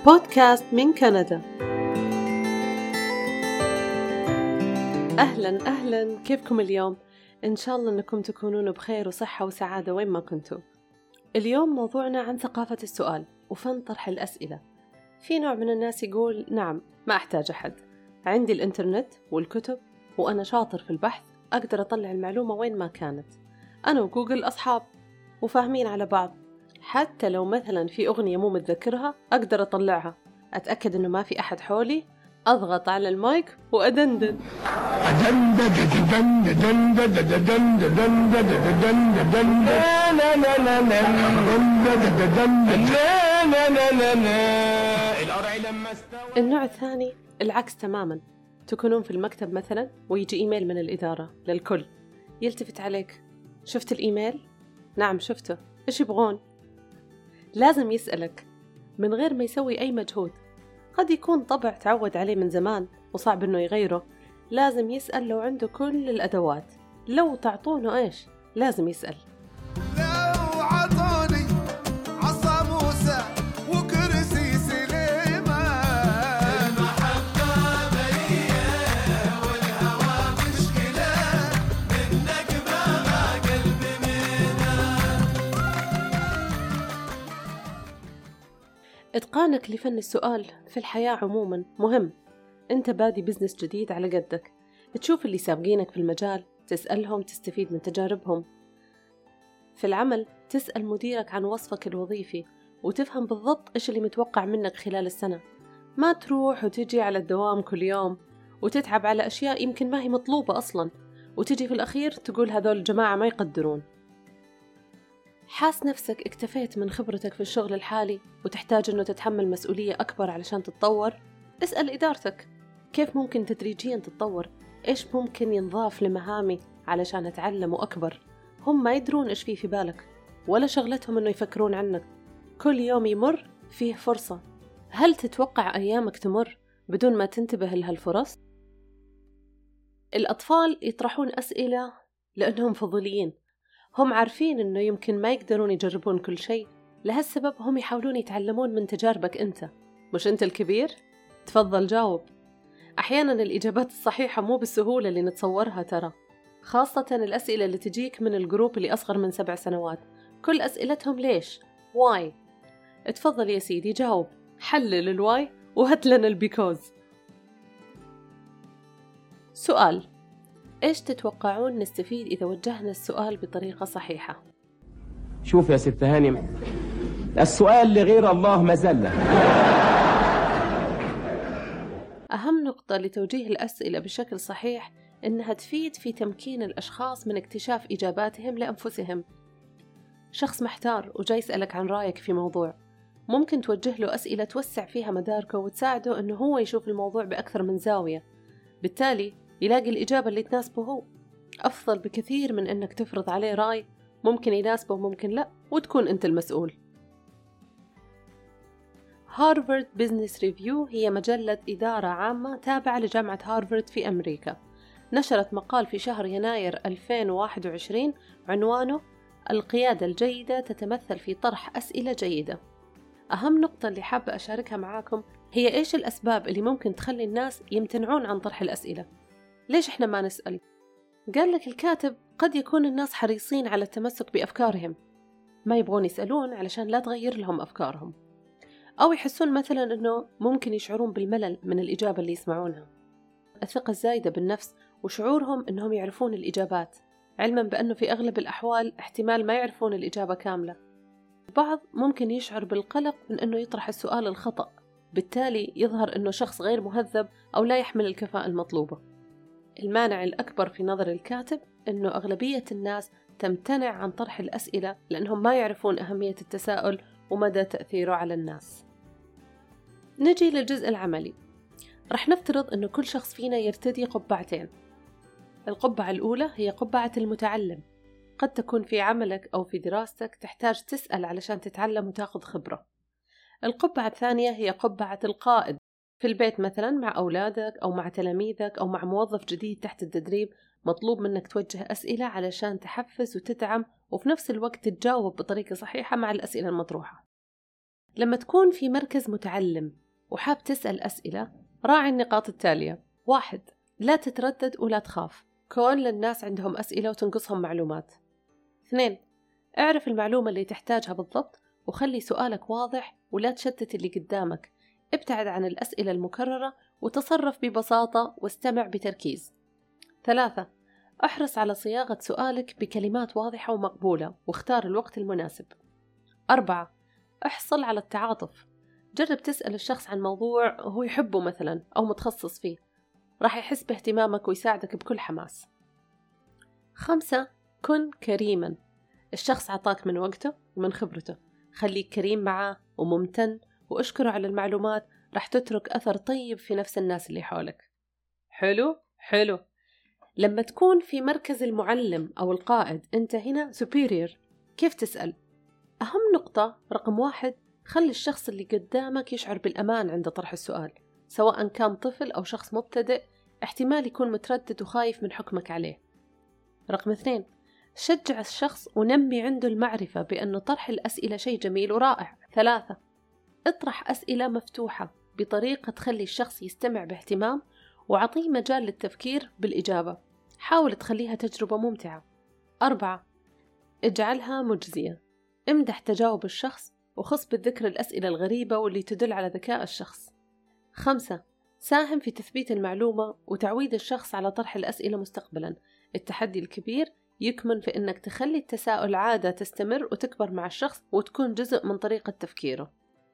بودكاست من كندا. أهلا كيفكم اليوم؟ إن شاء الله أنكم تكونون بخير وصحة وسعادة وين ما كنتوا. اليوم موضوعنا عن ثقافة السؤال وفن طرح الأسئلة. في نوع من الناس يقول نعم ما أحتاج أحد، عندي الإنترنت والكتب وأنا شاطر في البحث، أقدر أطلع المعلومة وين ما كانت، أنا وجوجل أصحاب وفاهمين على بعض، حتى لو مثلا في أغنية مو متذكرها أقدر أطلعها، أتأكد أنه ما في أحد حولي، أضغط على المايك وأدندن. النوع الثاني العكس تماما، تكونون في المكتب مثلا ويجي إيميل من الإدارة للكل، يلتفت عليك، شفت الإيميل؟ نعم شفته، إيش يبغون؟ لازم يسألك من غير ما يسوي أي مجهود، قد يكون طبع تعود عليه من زمان وصعب إنه يغيره، لازم يسأل. لو عنده كل الأدوات، لو تعطونه إيش لازم يسأل. لو عطوني عصا موسى وكرسي سليمان، المحبة بريئة والهوى مشكلة، منك ما قلبي منا. إتقانك لفن السؤال في الحياة عموما مهم. أنت بادي بزنس جديد على قدك، تشوف اللي سابقينك في المجال، تسألهم، تستفيد من تجاربهم. في العمل تسأل مديرك عن وصفك الوظيفي وتفهم بالضبط إيش اللي متوقع منك خلال السنة، ما تروح وتجي على الدوام كل يوم وتتعب على أشياء يمكن ما هي مطلوبة أصلا، وتجي في الأخير تقول هذول الجماعة ما يقدرون. حاس نفسك اكتفيت من خبرتك في الشغل الحالي وتحتاج أنه تتحمل مسؤولية أكبر علشان تتطور؟ اسأل إدارتك كيف ممكن تدريجيا تتطور، إيش ممكن ينضاف لمهامي علشان أتعلم وأكبر. هم ما يدرون إيش في بالك، ولا شغلتهم أنه يفكرون عنك. كل يوم يمر فيه فرصة، هل تتوقع أيامك تمر بدون ما تنتبه لهالفرص؟ الأطفال يطرحون أسئلة لأنهم فضوليين، هم عارفين أنه يمكن ما يقدرون يجربون كل شيء، لهالسبب هم يحاولون يتعلمون من تجاربك أنت، مش أنت الكبير؟ تفضل جاوب. أحيانا الإجابات الصحيحة مو بالسهولة اللي نتصورها ترى، خاصة الأسئلة اللي تجيك من الجروب اللي أصغر من 7 سنوات، كل أسئلتهم ليش؟ واي؟ اتفضل يا سيدي جاوب، حلل الواي وهات لنا البيكوز. سؤال: إيش تتوقعون نستفيد إذا وجهنا السؤال بطريقة صحيحة؟ شوف يا ست هانم، السؤال لغير الله مزلة. أهم نقطة لتوجيه الأسئلة بشكل صحيح إنها تفيد في تمكين الأشخاص من اكتشاف إجاباتهم لأنفسهم. شخص محتار وجاي يسألك عن رأيك في موضوع، ممكن توجه له أسئلة توسع فيها مداركه وتساعده إنه هو يشوف الموضوع بأكثر من زاوية، بالتالي يلاقي الإجابة اللي تناسبه هو، أفضل بكثير من إنك تفرض عليه رأي ممكن يناسبه وممكن لا وتكون أنت المسؤول. هارفارد بيزنس ريفيو هي مجلة إدارة عامة تابعة لجامعة هارفارد في أمريكا، نشرت مقال في شهر يناير 2021 عنوانه القيادة الجيدة تتمثل في طرح أسئلة جيدة. أهم نقطة اللي حابة أشاركها معاكم هي إيش الأسباب اللي ممكن تخلي الناس يمتنعون عن طرح الأسئلة. ليش إحنا ما نسأل؟ قال لك الكاتب قد يكون الناس حريصين على التمسك بأفكارهم، ما يبغون يسألون علشان لا تغير لهم أفكارهم، أو يحسون مثلا أنه ممكن يشعرون بالملل من الإجابة اللي يسمعونها. الثقة الزايدة بالنفس وشعورهم أنهم يعرفون الإجابات، علما بأنه في أغلب الأحوال احتمال ما يعرفون الإجابة كاملة. البعض ممكن يشعر بالقلق من أنه يطرح السؤال الخطأ، بالتالي يظهر أنه شخص غير مهذب أو لا يحمل الكفاءة المطلوبة. المانع الأكبر في نظر الكاتب أنه أغلبية الناس تمتنع عن طرح الأسئلة لأنهم ما يعرفون أهمية التساؤل ومدى تأثيره على الناس. نجي للجزء العملي. رح نفترض أنه كل شخص فينا يرتدي قبعتين. القبعة الأولى هي قبعة المتعلم، قد تكون في عملك أو في دراستك تحتاج تسأل علشان تتعلم وتاخذ خبرة. القبعة الثانية هي قبعة القائد، في البيت مثلا مع أولادك أو مع تلاميذك أو مع موظف جديد تحت التدريب، مطلوب منك توجه أسئلة علشان تحفز وتدعم وفي نفس الوقت تتجاوب بطريقة صحيحة مع الأسئلة المطروحة. لما تكون في مركز متعلم وحاب تسأل أسئلة، راعي النقاط التالية. 1. لا تتردد ولا تخاف، كون للناس عندهم أسئلة وتنقصهم معلومات. 2. اعرف المعلومة اللي تحتاجها بالضبط وخلي سؤالك واضح ولا تشتت اللي قدامك. ابتعد عن الأسئلة المكررة وتصرف ببساطة واستمع بتركيز. 3. احرص على صياغة سؤالك بكلمات واضحة ومقبولة واختار الوقت المناسب. 4. احصل على التعاطف، جرب تسأل الشخص عن موضوع هو يحبه مثلا أو متخصص فيه، راح يحس باهتمامك ويساعدك بكل حماس. 5. كن كريما، الشخص عطاك من وقته ومن خبرته، خليك كريم معاه وممتن واشكره على المعلومات، راح تترك أثر طيب في نفس الناس اللي حولك. حلو. لما تكون في مركز المعلم أو القائد، أنت هنا superior. كيف تسأل؟ أهم نقطة رقم 1، خلي الشخص اللي قدامك يشعر بالأمان عند طرح السؤال، سواء كان طفل أو شخص مبتدئ احتمال يكون متردد وخايف من حكمك عليه. رقم 2، شجع الشخص ونمي عنده المعرفة بأنه طرح الأسئلة شيء جميل ورائع. 3، اطرح أسئلة مفتوحة بطريقة تخلي الشخص يستمع باهتمام وعطيه مجال للتفكير بالإجابة، حاول تخليها تجربة ممتعة. 4، اجعلها مجزية، امدح تجاوب الشخص وخص بالذكر الأسئلة الغريبة واللي تدل على ذكاء الشخص. 5، ساهم في تثبيت المعلومة وتعويد الشخص على طرح الأسئلة مستقبلا. التحدي الكبير يكمن في أنك تخلي التساؤل عادة تستمر وتكبر مع الشخص وتكون جزء من طريقة تفكيره.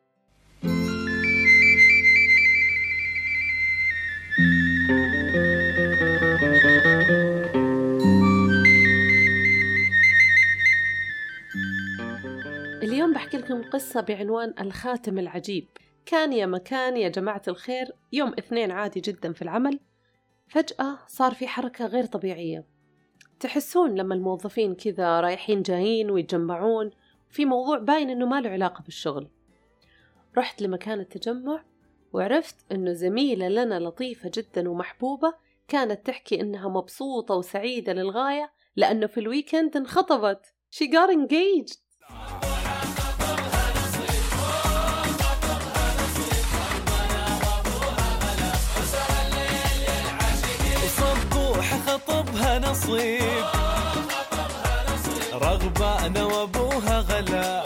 اليوم بحكي لكم قصة بعنوان الخاتم العجيب. كان يا مكان يا جماعة الخير يوم اثنين عادي جدا في العمل، فجأة صار في حركة غير طبيعية. تحسون لما الموظفين كذا رايحين جايين ويتجمعون في موضوع باين إنه ما له علاقة بالشغل. رحت لمكان التجمع وعرفت إنه زميلة لنا لطيفة جدا ومحبوبة كانت تحكي إنها مبسوطة وسعيدة للغاية لأنه في الويكند انخطبت. She got engaged. خطبها نصيب رغبة أنا وأبوها غلا.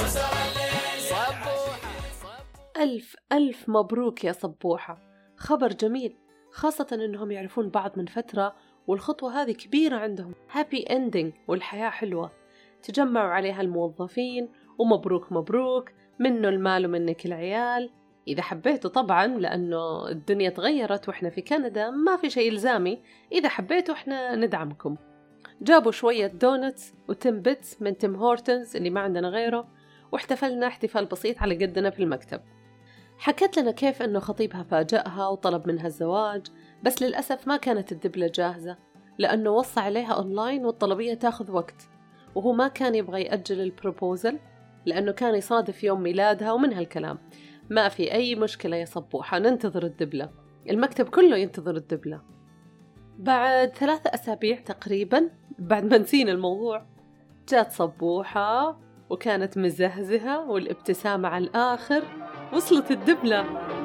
ألف مبروك يا صبوحة، خبر جميل، خاصة أنهم يعرفون بعض من فترة والخطوة هذه كبيرة عندهم. هابي اندينج والحياة حلوة. تجمعوا عليها الموظفين ومبروك منه المال ومنك العيال إذا حبيتوا طبعاً، لأنه الدنيا تغيرت وإحنا في كندا ما في شيء إلزامي، إذا حبيتوا إحنا ندعمكم. جابوا شوية دونتس وتمبتس من تيم هورتنز اللي ما عندنا غيره، واحتفلنا احتفال بسيط على قدنا في المكتب. حكت لنا كيف أنه خطيبها فاجأها وطلب منها الزواج، بس للأسف ما كانت الدبلة جاهزة لأنه وصى عليها أونلاين والطلبية تاخذ وقت، وهو ما كان يبغى يأجل البروبوزل لأنه كان يصادف يوم ميلادها ومن هالكلام. ما في أي مشكلة يا صبوحة، ننتظر الدبلة، المكتب كله ينتظر الدبلة. بعد 3 أسابيع تقريبا بعد ما نسينا الموضوع، جات صبوحة وكانت مزهزهة والابتسامة على الآخر، وصلت الدبلة.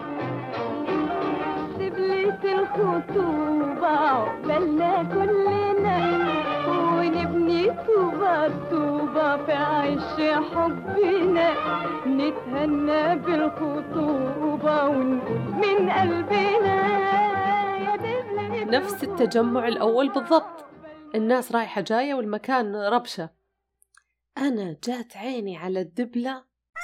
دبلة الخطوبة بلنا كلنا ونبني طوبة في عش حبنا، نتهنى بالخطوبة ونقول من قلبنا يا دبلة. نفس التجمع الأول بالضبط، الناس رايحة جاية والمكان ربشة. أنا جات عيني على الدبلة،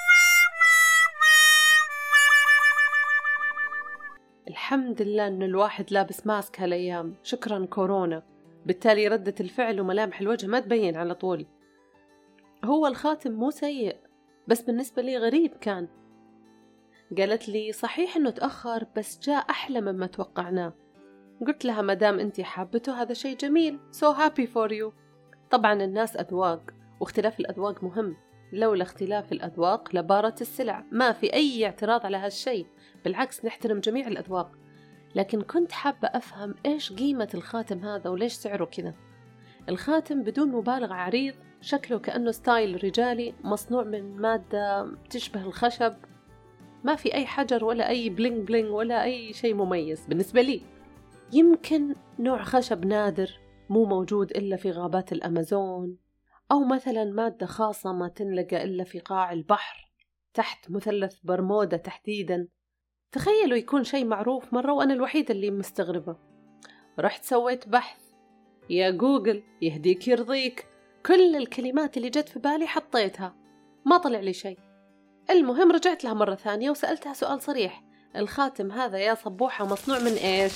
الحمد لله أن الواحد لابس ماسك هالأيام، شكرا كورونا، بالتالي ردة الفعل وملامح الوجه ما تبين على طول. هو الخاتم مو سيء بس بالنسبة لي غريب كان. قالت لي صحيح أنه تأخر بس جاء أحلى مما توقعناه. قلت لها مدام أنتي حابته هذا شيء جميل، so happy for you. طبعا الناس أذواق واختلاف الأذواق مهم، لولا اختلاف الأذواق لبارت السلع، ما في أي اعتراض على هالشيء، بالعكس نحترم جميع الأذواق. لكن كنت حابة أفهم إيش قيمة الخاتم هذا وليش سعره كذا. الخاتم بدون مبالغة عريض، شكله كأنه ستايل رجالي مصنوع من مادة تشبه الخشب، ما في أي حجر ولا أي بلينج بلينج ولا أي شيء مميز بالنسبة لي. يمكن نوع خشب نادر مو موجود إلا في غابات الأمازون، أو مثلا مادة خاصة ما تنلقى إلا في قاع البحر تحت مثلث برمودا تحديدا. تخيلوا يكون شيء معروف مرة وأنا الوحيدة اللي مستغربة. رحت سويت بحث، يا جوجل يهديك يرضيك، كل الكلمات اللي جت في بالي حطيتها، ما طلع لي شيء. المهم رجعت لها مرة ثانية وسألتها سؤال صريح: الخاتم هذا يا صبوحة مصنوع من إيش؟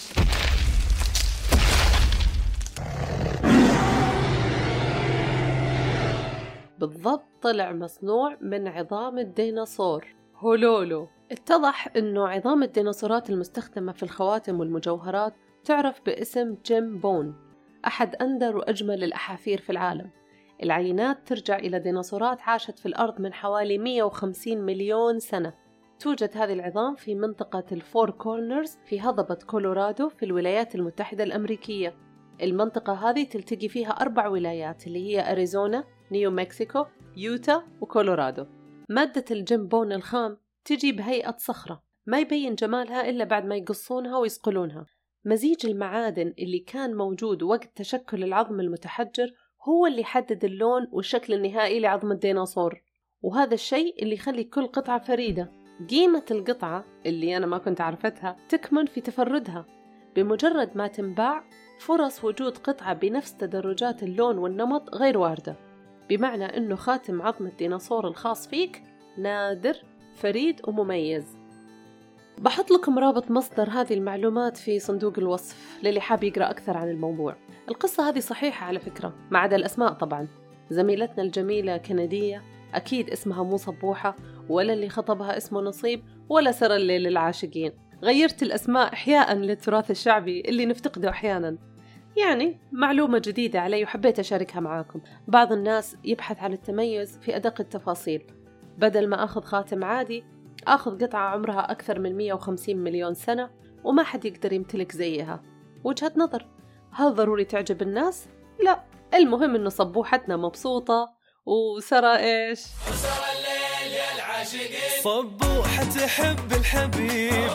بالضبط طلع مصنوع من عظام الديناصور هولولو. اتضح أنه عظام الديناصورات المستخدمة في الخواتم والمجوهرات تعرف باسم جيم بون، أحد أندر وأجمل الأحافير في العالم. العينات ترجع إلى ديناصورات عاشت في الأرض من حوالي 150 مليون سنة. توجد هذه العظام في منطقة الفور كورنرز في هضبة كولورادو في الولايات المتحدة الأمريكية. المنطقة هذه تلتقي فيها 4 ولايات اللي هي أريزونا، نيو مكسيكو، يوتا وكولورادو. مادة الجيمبون الخام تجي بهيئة صخرة، ما يبين جمالها إلا بعد ما يقصونها ويصقلونها. مزيج المعادن اللي كان موجود وقت تشكل العظم المتحجر هو اللي حدد اللون والشكل النهائي لعظم الديناصور، وهذا الشيء اللي يخلي كل قطعة فريدة. قيمة القطعة اللي أنا ما كنت عرفتها تكمن في تفردها. بمجرد ما تنباع فرص وجود قطعة بنفس تدرجات اللون والنمط غير واردة، بمعنى أنه خاتم عظم الديناصور الخاص فيك نادر فريد ومميز. بحط لكم رابط مصدر هذه المعلومات في صندوق الوصف للي حاب يقرأ أكثر عن الموضوع. القصة هذه صحيحة على فكرة، ما عدا الأسماء طبعا. زميلتنا الجميلة كندية أكيد اسمها مو صبوحة، ولا اللي خطبها اسمه نصيب، ولا سر الليل للعاشقين. غيرت الأسماء إحياء للتراث الشعبي اللي نفتقده أحيانا. يعني معلومة جديدة علي وحبيت أشاركها معاكم. بعض الناس يبحث عن التميز في أدق التفاصيل، بدل ما أخذ خاتم عادي أخذ قطعة عمرها أكثر من 150 مليون سنة وما حد يقدر يمتلك زيها. وجهة نظر، هل ضروري تعجب الناس؟ لا، المهم إنه صبوحتنا مبسوطة وسرى إيش؟ وسرى الليل يا العاشقين. صبوحة تحب الحبيب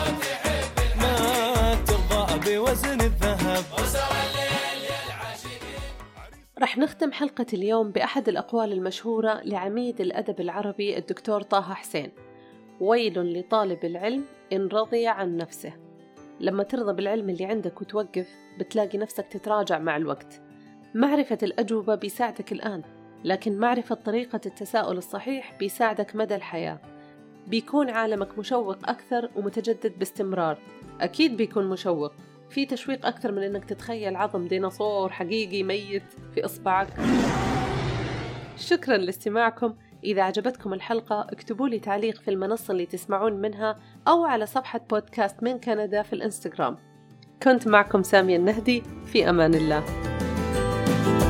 ما ترضى بوزن الذهب. وسرى الليل يا العاشقين. رح نختم حلقة اليوم بأحد الأقوال المشهورة لعميد الأدب العربي الدكتور طه حسين: ويل لطالب العلم إن رضي عن نفسه. لما ترضى بالعلم اللي عندك وتوقف بتلاقي نفسك تتراجع مع الوقت. معرفة الأجوبة بيساعدك الآن، لكن معرفة طريقة التساؤل الصحيح بيساعدك مدى الحياة. بيكون عالمك مشوق أكثر ومتجدد باستمرار. أكيد بيكون مشوق، في تشويق أكثر من أنك تتخيل عظم ديناصور حقيقي ميت في إصبعك. شكرا لاستماعكم. إذا عجبتكم الحلقة اكتبوا لي تعليق في المنصة اللي تسمعون منها أو على صفحة بودكاست من كندا في الإنستغرام. كنت معكم سامية النهدي، في أمان الله.